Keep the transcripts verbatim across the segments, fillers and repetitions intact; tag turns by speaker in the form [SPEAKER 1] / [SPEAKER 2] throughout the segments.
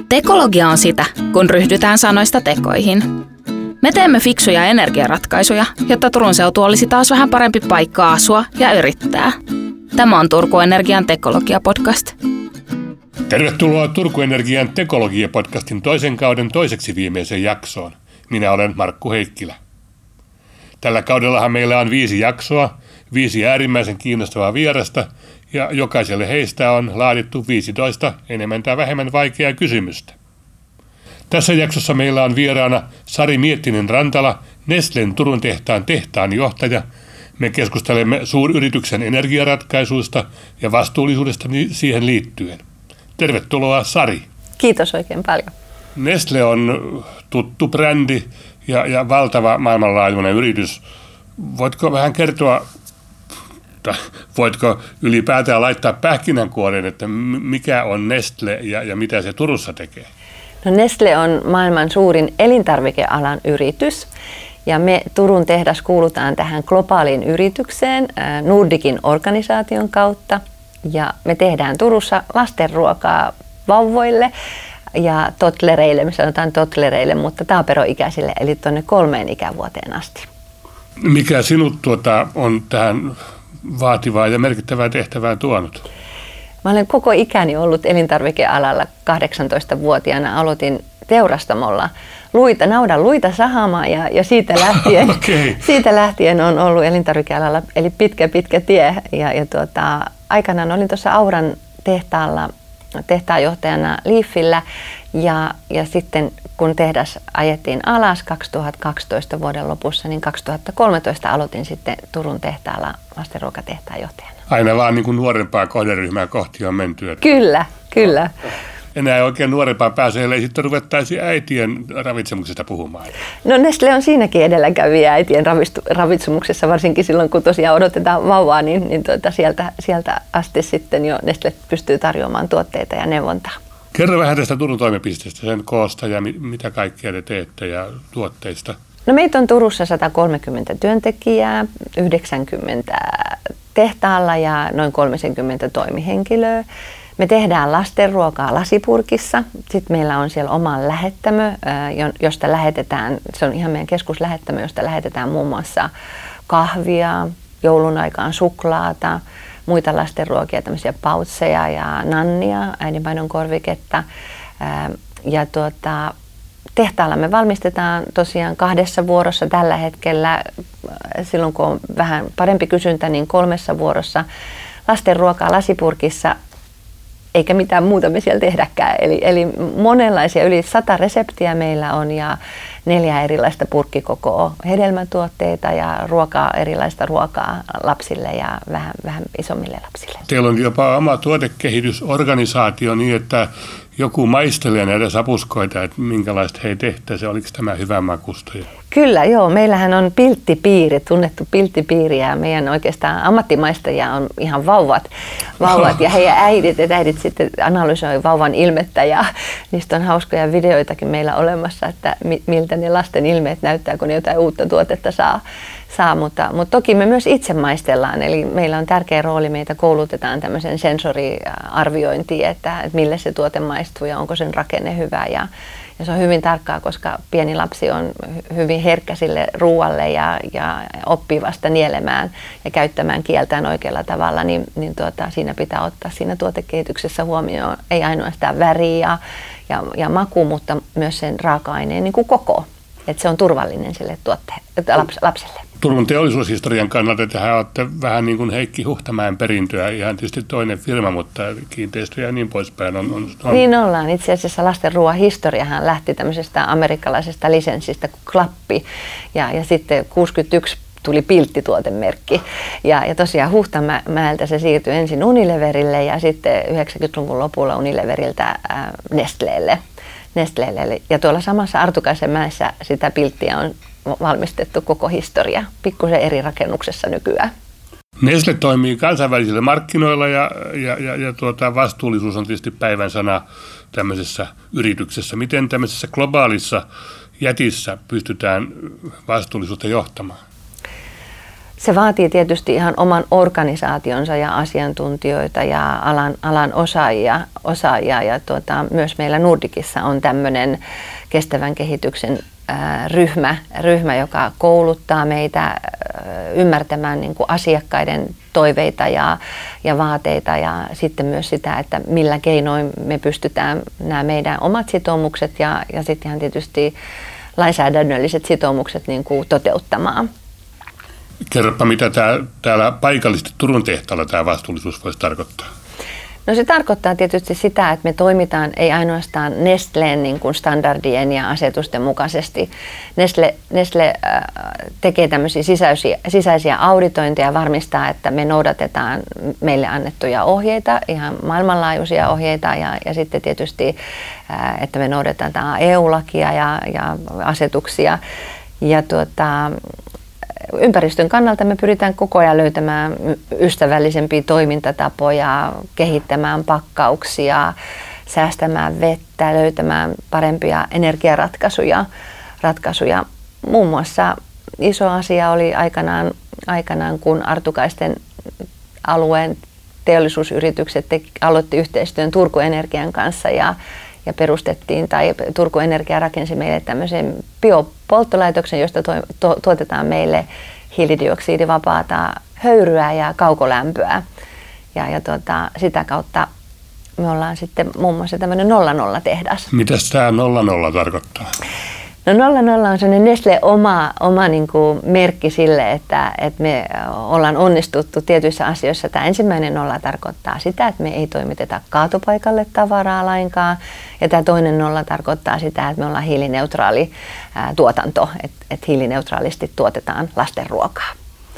[SPEAKER 1] Tekologia on sitä, kun ryhdytään sanoista tekoihin. Me teemme fiksuja energiaratkaisuja, jotta Turun seutu olisi taas vähän parempi paikka asua ja yrittää. Tämä on Turku Energian Tekologia-podcast.
[SPEAKER 2] Tervetuloa Turku Energian Tekologia-podcastin toisen kauden toiseksi viimeiseen jaksoon. Minä olen Markku Heikkilä. Tällä kaudellahan meillä on viisi jaksoa, viisi äärimmäisen kiinnostavaa vierasta, ja jokaiselle heistä on laadittu viisitoista enemmän tai vähemmän vaikeaa kysymystä. Tässä jaksossa meillä on vieraana Sari Miettinen-Rantala, Nestlen Turun tehtaan tehtaanjohtaja. Me keskustelemme suuryrityksen energiaratkaisuista ja vastuullisuudesta siihen liittyen. Tervetuloa, Sari.
[SPEAKER 3] Kiitos oikein paljon.
[SPEAKER 2] Nestle on tuttu brändi ja, ja valtava maailmanlaajuinen yritys. Voitko vähän kertoa, voitko ylipäätään laittaa pähkinänkuoreen, että mikä on Nestle ja, ja mitä se Turussa tekee?
[SPEAKER 3] No Nestle on maailman suurin elintarvikealan yritys ja me Turun tehdas kuulutaan tähän globaaliin yritykseen Nordicin organisaation kautta ja me tehdään Turussa lastenruokaa vauvoille ja toddlereille, me sanotaan toddlereille, mutta taaperoikäisille eli tuonne kolmeen ikävuoteen asti.
[SPEAKER 2] Mikä sinut tuota, on tähän vaativaa ja merkittävää tehtävää tuonut?
[SPEAKER 3] Mä olen koko ikäni ollut elintarvikealalla. kahdeksantoistavuotiaana aloitin teurastamolla luita, naudan luita sahaamaan ja, ja siitä, lähtien,
[SPEAKER 2] okay.
[SPEAKER 3] siitä lähtien on ollut elintarvikealalla, eli pitkä pitkä tie. Ja, ja tuota, aikanaan olin tuossa Auran tehtaalla tehtaanjohtajana Leafillä ja, ja sitten kun tehdas ajettiin alas kaksituhattakaksitoista vuoden lopussa, niin kaksituhattakolmetoista aloitin sitten Turun tehtaalla lastenruokatehtaan johtajana.
[SPEAKER 2] Aina vaan niin kuin nuorempaa kohderyhmää kohti on menty.
[SPEAKER 3] Kyllä, kyllä.
[SPEAKER 2] Enää oikein nuorempaan pääsee, ellei sitten ruvettaisiin äitien ravitsemuksesta puhumaan.
[SPEAKER 3] No Nestle on siinäkin edelläkävijä äitien ravitsemuksessa, varsinkin silloin kun tosiaan odotetaan vauvaa, niin, niin tuota, sieltä, sieltä asti sitten jo Nestle pystyy tarjoamaan tuotteita ja neuvontaa.
[SPEAKER 2] Kerro vähän tästä Turun toimipisteestä, sen koosta ja mi- mitä kaikkea te teette ja tuotteista.
[SPEAKER 3] No meitä on Turussa sata kolmekymmentä työntekijää, yhdeksänkymmentä tehtaalla ja noin kolmekymmentä toimihenkilöä. Me tehdään lastenruokaa lasipurkissa. Sitten meillä on siellä oma lähettämö, josta lähetetään, se on ihan meidän keskuslähettämö, josta lähetetään muun muassa kahvia, joulun aikaan suklaata, muita lastenruokia, tämmöisiä pautseja ja nannia, äidinpaidon korviketta. Ja tuota, tehtaalla me valmistetaan tosiaan kahdessa vuorossa tällä hetkellä, silloin kun on vähän parempi kysyntä, niin kolmessa vuorossa lastenruokaa lasipurkissa, eikä mitään muuta me siellä tehdäkään. Eli, eli monenlaisia, yli sata reseptiä meillä on ja neljä erilaista purkkikokoa hedelmätuotteita ja ruokaa, erilaista ruokaa lapsille ja vähän, vähän isommille lapsille.
[SPEAKER 2] Teillä on jopa oma tuotekehitysorganisaatio niin, että joku maistelee näitä sapuskoita, että minkälaista he tehtäisiin. Oliko tämä hyvän makusta?
[SPEAKER 3] Kyllä, joo. Meillähän on pilttipiiri, tunnettu pilttipiiri ja meidän oikeastaan ammattimaistajia on ihan vauvat, vauvat ja heidän äidit, että äidit sitten analysoi vauvan ilmettä ja niistä on hauskoja videoitakin meillä olemassa, että miltä ne lasten ilmeet näyttää, kun ne jotain uutta tuotetta saa. saa mutta, mutta toki me myös itse maistellaan, eli meillä on tärkeä rooli, meitä koulutetaan tämmöisen sensoriarviointiin, että, että millä se tuote maistuu ja onko sen rakenne hyvä ja Ja se on hyvin tarkkaa, koska pieni lapsi on hyvin herkkä sille ruualle ja, ja oppii vasta nielemään ja käyttämään kieltään oikealla tavalla, niin, niin tuota, siinä pitää ottaa siinä tuotekehityksessä huomioon ei ainoastaan väri ja, ja, ja maku, mutta myös sen raaka-aineen niin kuin koko. Että se on turvallinen sille tuotteelle, laps, lapselle.
[SPEAKER 2] Turun teollisuushistorian kannalta tähän olette vähän niin kuin Heikki Huhtamäen perintöä, ihan tietysti toinen firma, mutta kiinteistöjä ja niin poispäin on, on, on.
[SPEAKER 3] Niin ollaan. Itse asiassa lastenruoan historiahan lähti tämmöisestä amerikkalaisesta lisenssistä kuin Klappi ja, ja sitten kuusikymmentäyksi tuli pilttituotemerkki. Ja, ja tosiaan Huhtamäeltä se siirtyi ensin Unileverille ja sitten yhdeksänkymmentäluvun lopulla Unileveriltä äh, Nestleelle. Nestleelle. Ja tuolla samassa Artukaisenmäessä sitä pilttiä on valmistettu koko historia, pikkusen eri rakennuksessa nykyään.
[SPEAKER 2] Nestle toimii kansainvälisillä markkinoilla ja, ja, ja, ja tuota, vastuullisuus on tietysti päivän sana tämmöisessä yrityksessä. Miten tämmöisessä globaalissa jätissä pystytään vastuullisuutta johtamaan?
[SPEAKER 3] Se vaatii tietysti ihan oman organisaationsa ja asiantuntijoita ja alan, alan osaajia, osaajia ja tuota, myös meillä Nordicissa on tämmöinen kestävän kehityksen ää, ryhmä, ryhmä, joka kouluttaa meitä ää, ymmärtämään niin kuin asiakkaiden toiveita ja, ja vaateita ja sitten myös sitä, että millä keinoin me pystytään nämä meidän omat sitoumukset ja, ja sitten ihan tietysti lainsäädännölliset sitoumukset niin kuin toteuttamaan.
[SPEAKER 2] Kerropa, mitä tää, täällä paikallisesti Turun tehtaalla tämä vastuullisuus voisi tarkoittaa?
[SPEAKER 3] No se tarkoittaa tietysti sitä, että me toimitaan ei ainoastaan Nestleen niin kuin standardien ja asetusten mukaisesti. Nestle, Nestle äh, tekee tämmöisiä sisäisiä, sisäisiä auditointeja ja varmistaa, että me noudatetaan meille annettuja ohjeita, ihan maailmanlaajuisia ohjeita ja, ja sitten tietysti, äh, että me noudatetaan E U-lakia ja, ja asetuksia. Ja tuota, ympäristön kannalta me pyritään koko ajan löytämään ystävällisempiä toimintatapoja, kehittämään pakkauksia, säästämään vettä, löytämään parempia energiaratkaisuja. Ratkaisuja. Muun muassa iso asia oli aikanaan, aikanaan kun Artukaisten alueen teollisuusyritykset te, aloitti yhteistyön Turku Energian kanssa ja ja perustettiin, tai Turku Energia rakensi meille tämmöisen biopolttolaitoksen, josta to, to, tuotetaan meille hiilidioksidivapaata höyryä ja kaukolämpöä. Ja, ja tuota, sitä kautta me ollaan sitten muun muassa tämmöinen nolla nolla tehdas.
[SPEAKER 2] Mitäs tämä nolla nolla tarkoittaa?
[SPEAKER 3] No nolla nolla on sellainen Nestle oma, oma niin kuin merkki sille, että, että me ollaan onnistuttu tietyissä asioissa. Tämä ensimmäinen nolla tarkoittaa sitä, että me ei toimiteta kaatopaikalle tavaraa lainkaan. Ja tämä toinen nolla tarkoittaa sitä, että me ollaan hiilineutraali ää, tuotanto, että, että hiilineutraalisti tuotetaan lasten ruokaa.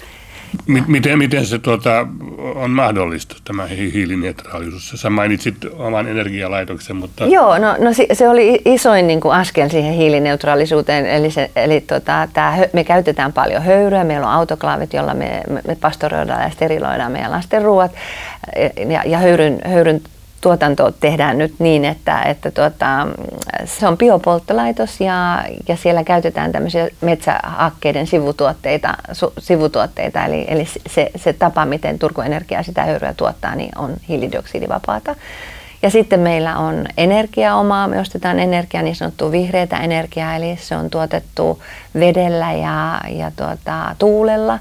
[SPEAKER 2] Miten, miten se tuota, on mahdollista, tämä hiilineutraalisuus? Sä mainitsit oman energialaitoksen, mutta...
[SPEAKER 3] Joo, no, no se oli isoin niin kuin askel siihen hiilineutraalisuuteen. Eli, se, eli tota, tää, me käytetään paljon höyryä, meillä on autoklaavit, joilla me, me pastoroidaan ja steriloidaan meidän lasten ruoat. Ja, ja höyryn, höyryn tuotanto tehdään nyt niin, että, että tuota, se on biopolttolaitos ja, ja siellä käytetään tämmöisiä metsähakkeiden sivutuotteita, su, sivutuotteita eli, eli se, se tapa, miten Turku Energia sitä höyryä tuottaa, niin on hiilidioksidivapaata. Ja sitten meillä on energia omaa, me ostetaan energiaa, niin sanottua vihreätä energiaa, eli se on tuotettu vedellä ja, ja tuota, tuulella.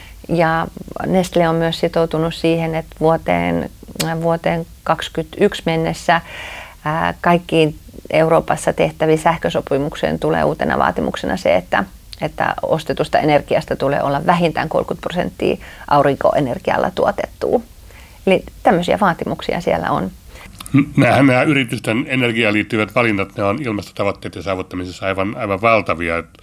[SPEAKER 3] Ja Nestle on myös sitoutunut siihen, että vuoteen, vuoteen kaksikymmentäyksi mennessä ää, kaikkiin Euroopassa tehtäviin sähkösopimukseen tulee uutena vaatimuksena se, että, että ostetusta energiasta tulee olla vähintään kolmekymmentä prosenttia aurinkoenergialla tuotettua. Eli tämmöisiä vaatimuksia siellä on.
[SPEAKER 2] Nämähän nämä yritysten energiaan liittyvät valinnat, ne on ilmastotavoitteiden saavuttamisessa aivan, aivan valtavia. Et,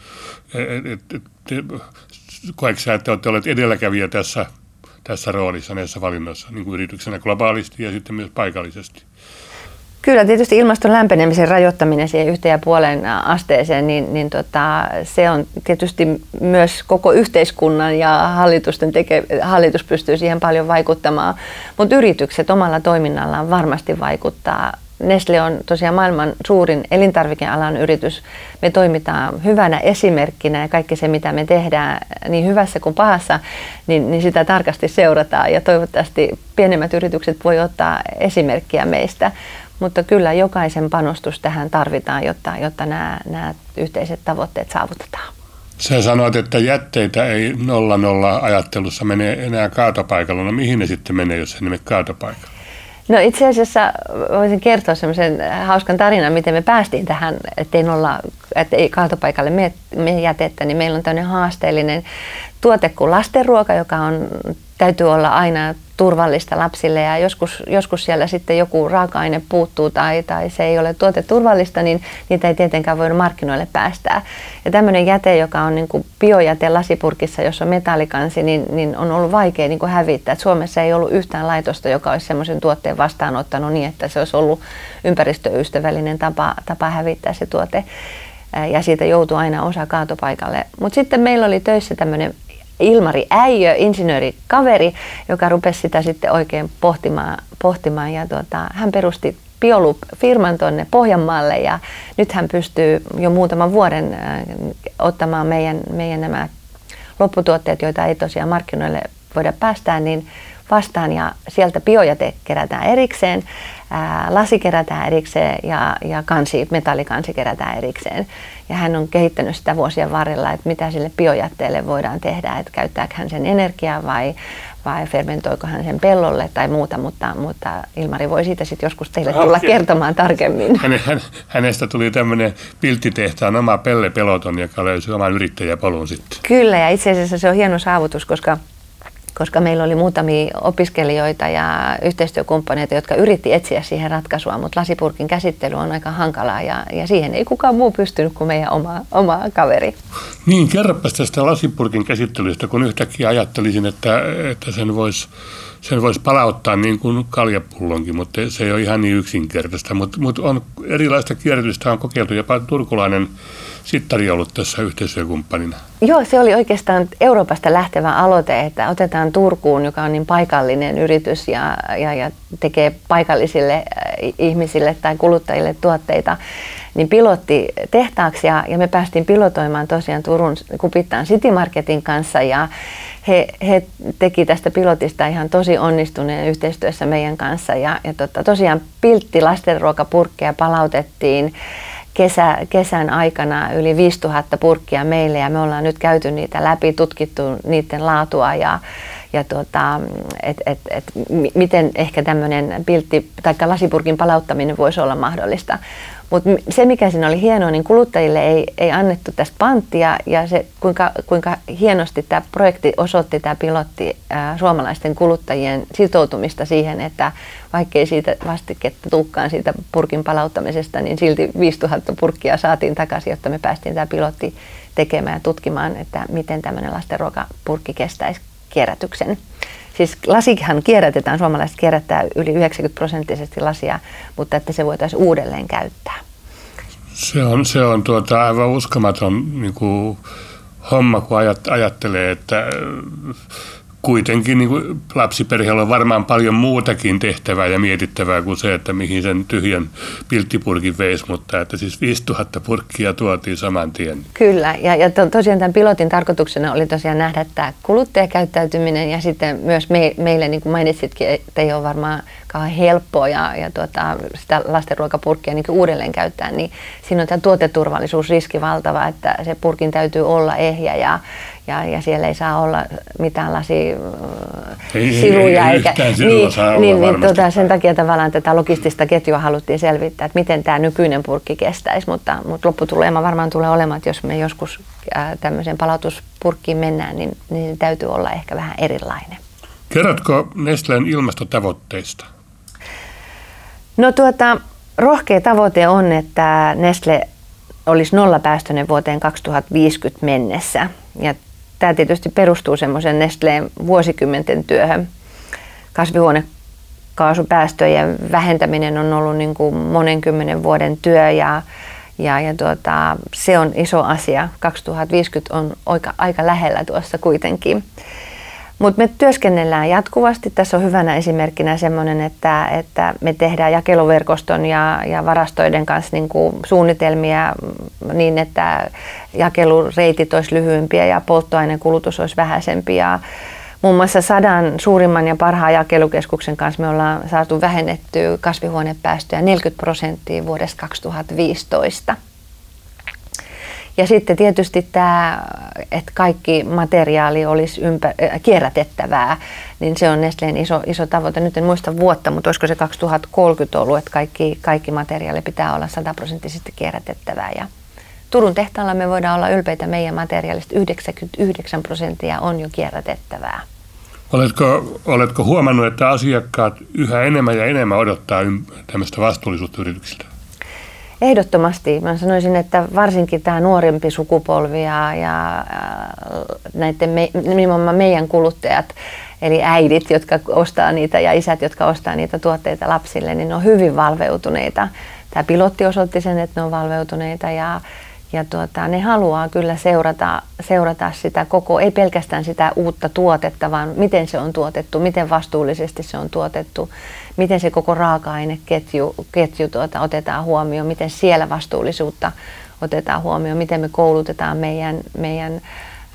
[SPEAKER 2] et, et, et, koetko sä, että olette olleet edelläkävijä tässä, tässä roolissa näissä valinnoissa, niin kuin yrityksenä globaalisti ja sitten myös paikallisesti?
[SPEAKER 3] Kyllä, tietysti ilmaston lämpenemisen rajoittaminen siihen yhteen ja puoleen asteeseen, niin, niin tota, se on tietysti myös koko yhteiskunnan ja hallitusten teke, hallitus pystyy siihen paljon vaikuttamaan, mutta yritykset omalla toiminnallaan varmasti vaikuttaa. Nestle on tosiaan maailman suurin elintarvikealan yritys. Me toimitaan hyvänä esimerkkinä ja kaikki se, mitä me tehdään niin hyvässä kuin pahassa, niin, niin sitä tarkasti seurataan ja toivottavasti pienemmät yritykset voi ottaa esimerkkiä meistä. Mutta kyllä jokaisen panostus tähän tarvitaan, jotta, jotta nämä, nämä yhteiset tavoitteet saavutetaan.
[SPEAKER 2] Sä sanoit, että jätteitä ei nolla nolla ajattelussa mene enää kaatopaikalla. No mihin ne sitten menee, jos ei ne mene kaatopaikalla?
[SPEAKER 3] No itse asiassa voisin kertoa semmoisen hauskan tarinan, miten me päästiin tähän, ettei, nolla, ettei kaatopaikalle mene, mene jätettä, niin meillä on tämmöinen haasteellinen tuote kuin lastenruoka, joka on, täytyy olla aina turvallista lapsille ja joskus, joskus siellä sitten joku raaka-aine puuttuu tai, tai se ei ole tuote turvallista, niin niitä ei tietenkään voida markkinoille päästää. Ja tämmöinen jäte, joka on niin kuin biojäte lasipurkissa, jossa on metallikansi, niin, niin on ollut vaikea niin kuin hävittää. Et Suomessa ei ollut yhtään laitosta, joka olisi semmoisen tuotteen vastaanottanut niin, että se olisi ollut ympäristöystävällinen tapa, tapa hävittää se tuote. Ja siitä joutuu aina osa kaatopaikalle. Mutta sitten meillä oli töissä tämmöinen Ilmari Äijö, insinöörikaveri, joka rupesi sitä sitten oikein pohtimaan, pohtimaan ja tuota, hän perusti Bioloop-firman tuonne Pohjanmaalle ja nyt hän pystyy jo muutaman vuoden äh, ottamaan meidän, meidän nämä lopputuotteet, joita ei tosiaan markkinoille voida päästää, niin vastaan ja sieltä biojäte kerätään erikseen, ää, lasi kerätään erikseen ja, ja kansi, metallikansi kerätään erikseen. Ja hän on kehittänyt sitä vuosien varrella, että mitä sille biojätteelle voidaan tehdä, että käyttääkö hän sen energiaa vai, vai fermentoiko hän sen pellolle tai muuta, mutta, mutta Ilmari voi siitä sitten joskus teille tulla kertomaan tarkemmin.
[SPEAKER 2] Häne, hänestä tuli tämmöinen pilttitehtaan oma Pelle Peloton, joka löysi oman yrittäjäpolun sitten.
[SPEAKER 3] Kyllä, ja itse asiassa se on hieno saavutus, koska koska meillä oli muutamia opiskelijoita ja yhteistyökumppaneita, jotka yritti etsiä siihen ratkaisua, mutta lasipurkin käsittely on aika hankalaa ja, ja siihen ei kukaan muu pystynyt kuin meidän oma, oma kaveri.
[SPEAKER 2] Niin, kerropas tästä lasipurkin käsittelystä, kun yhtäkkiä ajattelisin, että, että sen voisi sen vois palauttaa niin kuin kaljapullonkin, mutta se ei ole ihan niin yksinkertaista. Mutta mut on erilaista kierrätystä on kokeiltu, jopa turkulainen sittari ollut tässä yhteistyökumppanina.
[SPEAKER 3] Joo, se oli oikeastaan Euroopasta lähtevä aloite, että otetaan Turkuun, joka on niin paikallinen yritys ja, ja, ja tekee paikallisille ihmisille tai kuluttajille tuotteita, niin pilotti tehtaaksi ja, ja me päästiin pilotoimaan tosiaan Turun Kupittaan City Marketin kanssa ja he, he teki tästä pilotista ihan tosi onnistuneen yhteistyössä meidän kanssa ja, ja tota, tosiaan piltti lastenruokapurkkeja palautettiin Kesä, kesän aikana yli viisituhatta purkkia meille ja me ollaan nyt käyty niitä läpi, tutkittu niiden laatua ja, ja tuota, et, et, et, miten ehkä tämmöinen piltti tai lasipurkin palauttaminen voisi olla mahdollista. Mutta se, mikä siinä oli hienoa, niin kuluttajille ei, ei annettu tästä panttia ja se, kuinka, kuinka hienosti tämä projekti osoitti, tämä pilotti ää, suomalaisten kuluttajien sitoutumista siihen, että vaikkei siitä vastiketta tulekaan siitä purkin palauttamisesta, niin silti viisituhatta purkkia saatiin takaisin, jotta me päästiin tämä pilotti tekemään ja tutkimaan, että miten tämmöinen lastenruokapurkki kestäisi kierrätyksen. Siis lasihan kierrätetään, suomalaiset kierrättää yli yhdeksänkymmentä prosenttisesti lasia, mutta että se voitaisiin uudelleen käyttää.
[SPEAKER 2] Se on, se on tuota, aivan uskomaton niin kuin homma, kun ajat, ajattelee, että kuitenkin niin kuin lapsiperheellä on varmaan paljon muutakin tehtävää ja mietittävää kuin se, että mihin sen tyhjän pilttipurkin veisi, mutta että siis viisituhatta purkkia tuotiin saman tien.
[SPEAKER 3] Kyllä, ja, ja to, tosiaan tämän pilotin tarkoituksena oli tosiaan nähdä tämä kuluttajakäyttäytyminen ja sitten myös me, meille, niin kuin mainitsitkin, että ei ole varmaan kauhean helppoa ja, ja tuota, sitä lastenruokapurkkia niin uudelleen käyttää, niin siinä on tämä tuoteturvallisuusriski valtava, että se purkin täytyy olla ehjä ja Ja, ja siellä ei saa olla mitään lasisiruja.
[SPEAKER 2] Ei, ei, eikä niin, saa olla
[SPEAKER 3] niin, niin tuota, sen takia tavallaan tätä logistista ketjua haluttiin selvittää, että miten tämä nykyinen purkki kestäisi, mutta, mutta lopputulema varmaan tulee olemaan, että jos me joskus ää, tämmöiseen palautuspurkkiin mennään, niin, niin täytyy olla ehkä vähän erilainen.
[SPEAKER 2] Kerrotko Nestlen ilmastotavoitteista?
[SPEAKER 3] No tuota, rohkea tavoite on, että Nestle olisi nollapäästöinen vuoteen kaksituhattaviisikymmentä mennessä. Ja tämä tietysti perustuu semmoisen Nestleen vuosikymmenten työhön. Kasvihuonekaasupäästöjen vähentäminen on ollut niin kuin monen kymmenen vuoden työ ja, ja, ja tuota, se on iso asia. kaksituhattaviisikymmentä on aika, aika lähellä tuossa kuitenkin. Mutta me työskennellään jatkuvasti. Tässä on hyvänä esimerkkinä semmoinen, että, että me tehdään jakeluverkoston ja, ja varastoiden kanssa niin kuin suunnitelmia niin, että jakelureitit olisi lyhyempiä ja polttoainekulutus olisi vähäisempi. Ja muun muassa sadan suurimman ja parhaan jakelukeskuksen kanssa me ollaan saatu vähennettyä kasvihuonepäästöjä neljäkymmentä prosenttia vuodesta kaksituhattaviisitoista. Ja sitten tietysti tämä, että kaikki materiaali olisi ympä, kierrätettävää, niin se on Nestleen iso, iso tavoite. Nyt en muista vuotta, mutta olisiko se kaksituhattakolmekymmentä ollut, että kaikki, kaikki materiaali pitää olla sataprosenttisesti kierrätettävää. Ja Turun tehtaalla me voidaan olla ylpeitä meidän materiaalista, yhdeksänkymmentäyhdeksän prosenttia on jo kierrätettävää.
[SPEAKER 2] Oletko, oletko huomannut, että asiakkaat yhä enemmän ja enemmän odottaa tämmöistä vastuullisuutta yrityksiltä?
[SPEAKER 3] Ehdottomasti. Mä sanoisin, että varsinkin tämä nuorempi sukupolvi ja, ja näiden me, nimenomaan meidän kuluttajat, eli äidit, jotka ostaa niitä ja isät, jotka ostaa niitä tuotteita lapsille, niin ne on hyvin valveutuneita. Tämä pilotti osoitti sen, että ne on valveutuneita ja, ja tuota, ne haluaa kyllä seurata, seurata sitä koko, ei pelkästään sitä uutta tuotetta, vaan miten se on tuotettu, miten vastuullisesti se on tuotettu, miten se koko raaka-aineketju ketju, tuota, otetaan huomioon, miten siellä vastuullisuutta otetaan huomioon, miten me koulutetaan meidän, meidän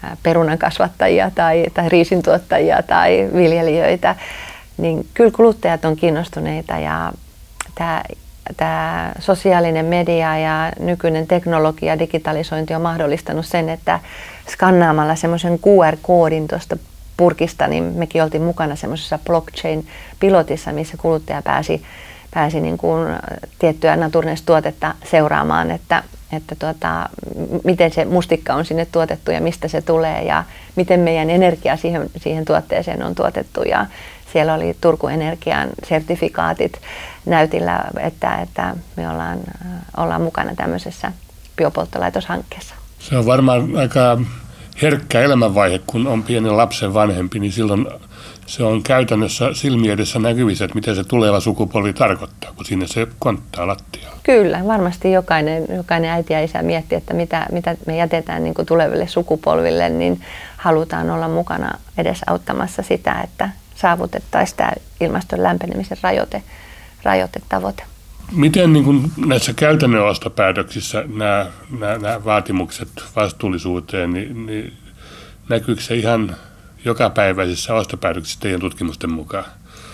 [SPEAKER 3] perunankasvattajia tai, tai riisintuottajia tai viljelijöitä, niin kyllä kuluttajat on kiinnostuneita ja tämä, tämä sosiaalinen media ja nykyinen teknologia, digitalisointi on mahdollistanut sen, että skannaamalla semmoisen Q R-koodin tuosta purkista, niin mekin oltiin mukana semmoisessa blockchain-pilotissa, missä kuluttaja pääsi, pääsi niin kuin tiettyä Naturnes-tuotetta seuraamaan, että, että tuota, miten se mustikka on sinne tuotettu ja mistä se tulee ja miten meidän energia siihen, siihen tuotteeseen on tuotettu. Ja siellä oli Turku Energian sertifikaatit näytillä, että, että me ollaan, ollaan mukana tämmöisessä biopolttolaitoshankkeessa.
[SPEAKER 2] Se on varmaan aika herkkä elämänvaihe, kun on pienen lapsen vanhempi, niin silloin se on käytännössä silmien edessä näkyvissä, että mitä se tuleva sukupolvi tarkoittaa, kun sinne se konttaa lattialla.
[SPEAKER 3] Kyllä, varmasti jokainen, jokainen äiti ja isä miettii, että mitä, mitä me jätetään niin kuin tuleville sukupolville, niin halutaan olla mukana edesauttamassa sitä, että saavutettaisiin tämä ilmaston lämpenemisen rajoite, rajoitetavoite.
[SPEAKER 2] Miten niin kuin näissä käytännön ostopäätöksissä nämä, nämä, nämä vaatimukset vastuullisuuteen, niin, niin näkyykö se ihan jokapäiväisissä ostopäätöksissä teidän tutkimusten mukaan?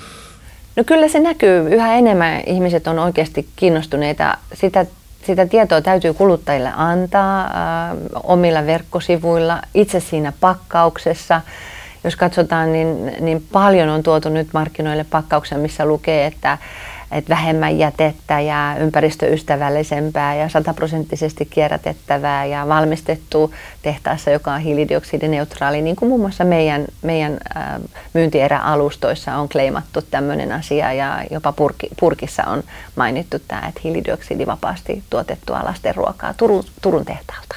[SPEAKER 3] No kyllä se näkyy. Yhä enemmän ihmiset on oikeasti kiinnostuneita. Sitä, sitä tietoa täytyy kuluttajille antaa äh, omilla verkkosivuilla, itse siinä pakkauksessa. Jos katsotaan, niin, niin paljon on tuotu nyt markkinoille pakkauksia, missä lukee, että että vähemmän jätettä ja ympäristöystävällisempää ja sataprosenttisesti kierrätettävää ja valmistettu tehtaassa, joka on hiilidioksidineutraali, niin kuin muun muassa meidän, meidän myyntieräalustoissa on kleimattu tämmöinen asia ja jopa purki, purkissa on mainittu tämä, että hiilidioksidivapaasti tuotettua lastenruokaa Turun, Turun tehtaalta.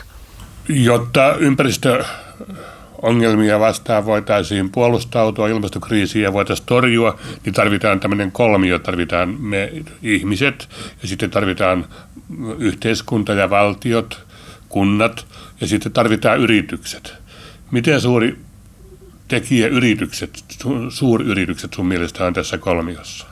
[SPEAKER 2] Jotta ympäristö ongelmia vastaan voitaisiin puolustautua, ilmastokriisiä voitaisiin torjua, niin tarvitaan tämmöinen kolmio, tarvitaan me ihmiset ja sitten tarvitaan yhteiskunta ja valtiot, kunnat ja sitten tarvitaan yritykset. Miten suuri tekijä yritykset, suuryritykset sun mielestä on tässä kolmiossa?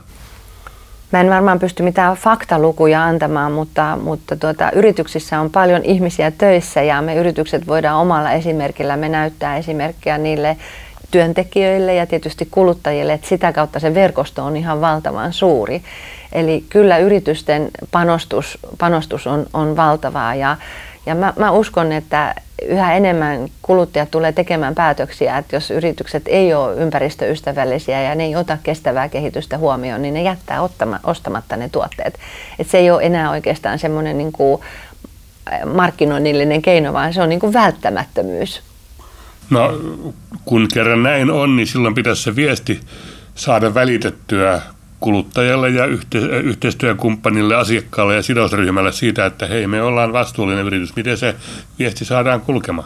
[SPEAKER 3] Mä en varmaan pysty mitään faktalukuja antamaan, mutta, mutta tuota, yrityksissä on paljon ihmisiä töissä ja me yritykset voidaan omalla esimerkillä, me näyttää esimerkkiä niille työntekijöille ja tietysti kuluttajille, että sitä kautta se verkosto on ihan valtavan suuri. Eli kyllä yritysten panostus, panostus on, on valtavaa ja, ja mä, mä uskon, että yhä enemmän kuluttajat tulee tekemään päätöksiä, että jos yritykset ei ole ympäristöystävällisiä ja ne ei ota kestävää kehitystä huomioon, niin ne jättää ottama, ostamatta ne tuotteet. Et se ei ole enää oikeastaan semmoinen niin kuin markkinoinnillinen keino, vaan se on niin kuin välttämättömyys.
[SPEAKER 2] No kun kerran näin on, niin silloin pitäisi se viesti saada välitettyä kuluttajalle ja yhte- yhteistyökumppanille, asiakkaalle ja sidosryhmälle siitä, että hei, me ollaan vastuullinen yritys. Miten se viesti saadaan kulkemaan?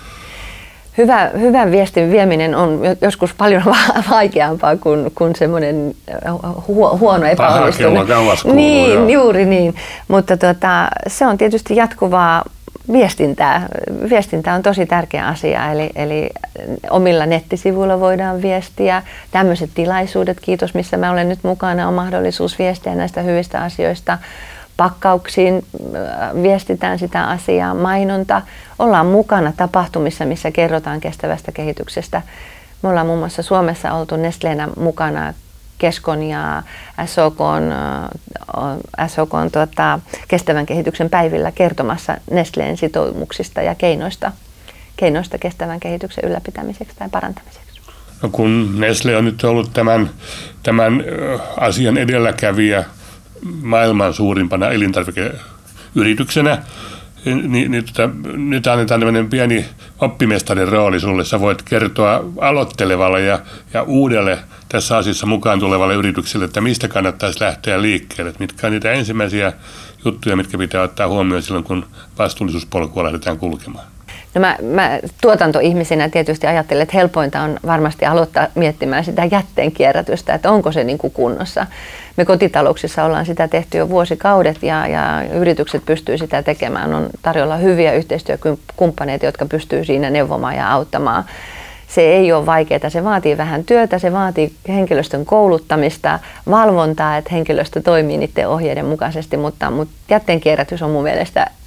[SPEAKER 3] Hyvä, hyvän viestin vieminen on joskus paljon vaikeampaa kuin, kuin semmoinen hu- huono epäonnistuminen.
[SPEAKER 2] Paha kello kauas kuuluu,
[SPEAKER 3] niin,
[SPEAKER 2] joo.
[SPEAKER 3] juuri niin. Mutta tuota, se on tietysti jatkuvaa viestintää. Viestintä on tosi tärkeä asia, eli, eli omilla nettisivuilla voidaan viestiä. Tämmöiset tilaisuudet, kiitos missä mä olen nyt mukana, on mahdollisuus viestiä näistä hyvistä asioista. Pakkauksiin viestitään sitä asiaa, mainonta. Ollaan mukana tapahtumissa, missä kerrotaan kestävästä kehityksestä. Me ollaan muun muassa Suomessa oltu Nestleenä mukana Keskon ja S O K:n, S O K:n tuota, kestävän kehityksen päivillä kertomassa Nestleen sitoumuksista ja keinoista, keinoista kestävän kehityksen ylläpitämiseksi tai parantamiseksi.
[SPEAKER 2] No kun Nestle on nyt ollut tämän, tämän asian edelläkävijä maailman suurimpana elintarvikeyrityksenä, niin nyt, nyt annetaan tämmöinen pieni oppimestarin rooli sulle. Sä voit kertoa aloittelevalle ja, ja uudelle tässä asiassa mukaan tulevalle yritykselle, että mistä kannattaisi lähteä liikkeelle. Että mitkä on niitä ensimmäisiä juttuja, mitkä pitää ottaa huomioon silloin, kun vastuullisuuspolkua lähdetään kulkemaan.
[SPEAKER 3] No mä, mä tuotantoihmisenä tietysti ajattelen, että helpointa on varmasti aloittaa miettimään sitä jätteen kierrätystä, että onko se niin kuin kunnossa. Me kotitalouksissa ollaan sitä tehty jo vuosikaudet ja, ja yritykset pystyy sitä tekemään. On tarjolla hyviä yhteistyökumppaneita, jotka pystyy siinä neuvomaan ja auttamaan. Se ei ole vaikeaa, se vaatii vähän työtä, se vaatii henkilöstön kouluttamista, valvontaa, että henkilöstö toimii niiden ohjeiden mukaisesti, mutta, mutta jätteen kierrätys on mun mielestä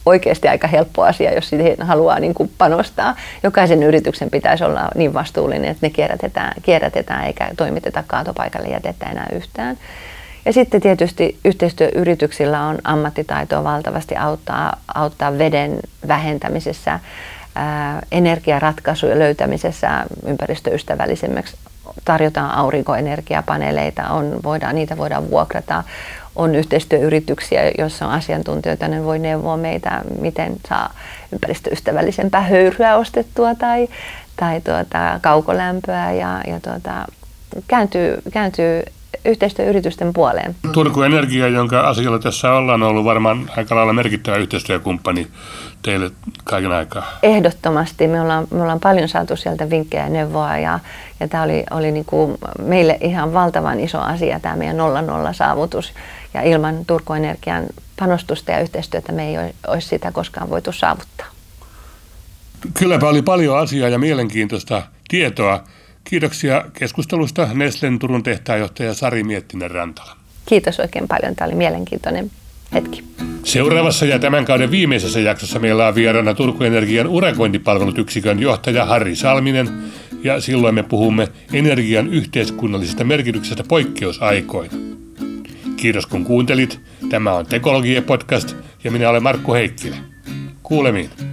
[SPEAKER 3] oikeasti aika helppo asia, jos siihen haluaa niin kuin panostaa. Jokaisen yrityksen pitäisi olla niin vastuullinen, että ne kierrätetään, kierrätetään eikä toimiteta kaatopaikalle jätettä enää yhtään. Ja sitten tietysti yhteistyöyrityksillä on ammattitaitoa valtavasti auttaa, auttaa veden vähentämisessä, ää, energiaratkaisujen löytämisessä ympäristöystävällisemmäksi. Tarjotaan aurinkoenergiapaneeleita, on, voidaan, niitä voidaan vuokrata. On yhteistyöyrityksiä, joissa on asiantuntijoita, ne voi neuvoa meitä, miten saa ympäristöystävällisempää höyryä ostettua tai, tai tuota, kaukolämpöä ja, ja tuota, kääntyy, kääntyy yhteistyöyritysten puoleen.
[SPEAKER 2] Turku Energia, jonka asialla tässä ollaan, on ollut varmaan aika lailla merkittävä yhteistyökumppani teille kaiken aikaa.
[SPEAKER 3] Ehdottomasti. Me ollaan, me ollaan paljon saatu sieltä vinkkejä ja neuvoa ja, ja tämä oli, oli niin kuin meille ihan valtavan iso asia, tämä meidän nolla nolla saavutus. Ja ilman Turku Energian panostusta ja yhteistyötä me ei olisi sitä koskaan voitu saavuttaa.
[SPEAKER 2] Kylläpä oli paljon asiaa ja mielenkiintoista tietoa. Kiitoksia keskustelusta Nestlen Turun tehtaanjohtaja Sari Miettinen-Rantala.
[SPEAKER 3] Kiitos oikein paljon. Tämä oli mielenkiintoinen hetki.
[SPEAKER 2] Seuraavassa ja tämän kauden viimeisessä jaksossa meillä on vieraana Turku Energian urakointipalvelut yksikön johtaja Harri Salminen ja silloin me puhumme energian yhteiskunnallisesta merkityksestä poikkeusaikoina. Kiitos kun kuuntelit. Tämä on Tekologia-podcast ja minä olen Markku Heikkilä. Kuulemiin.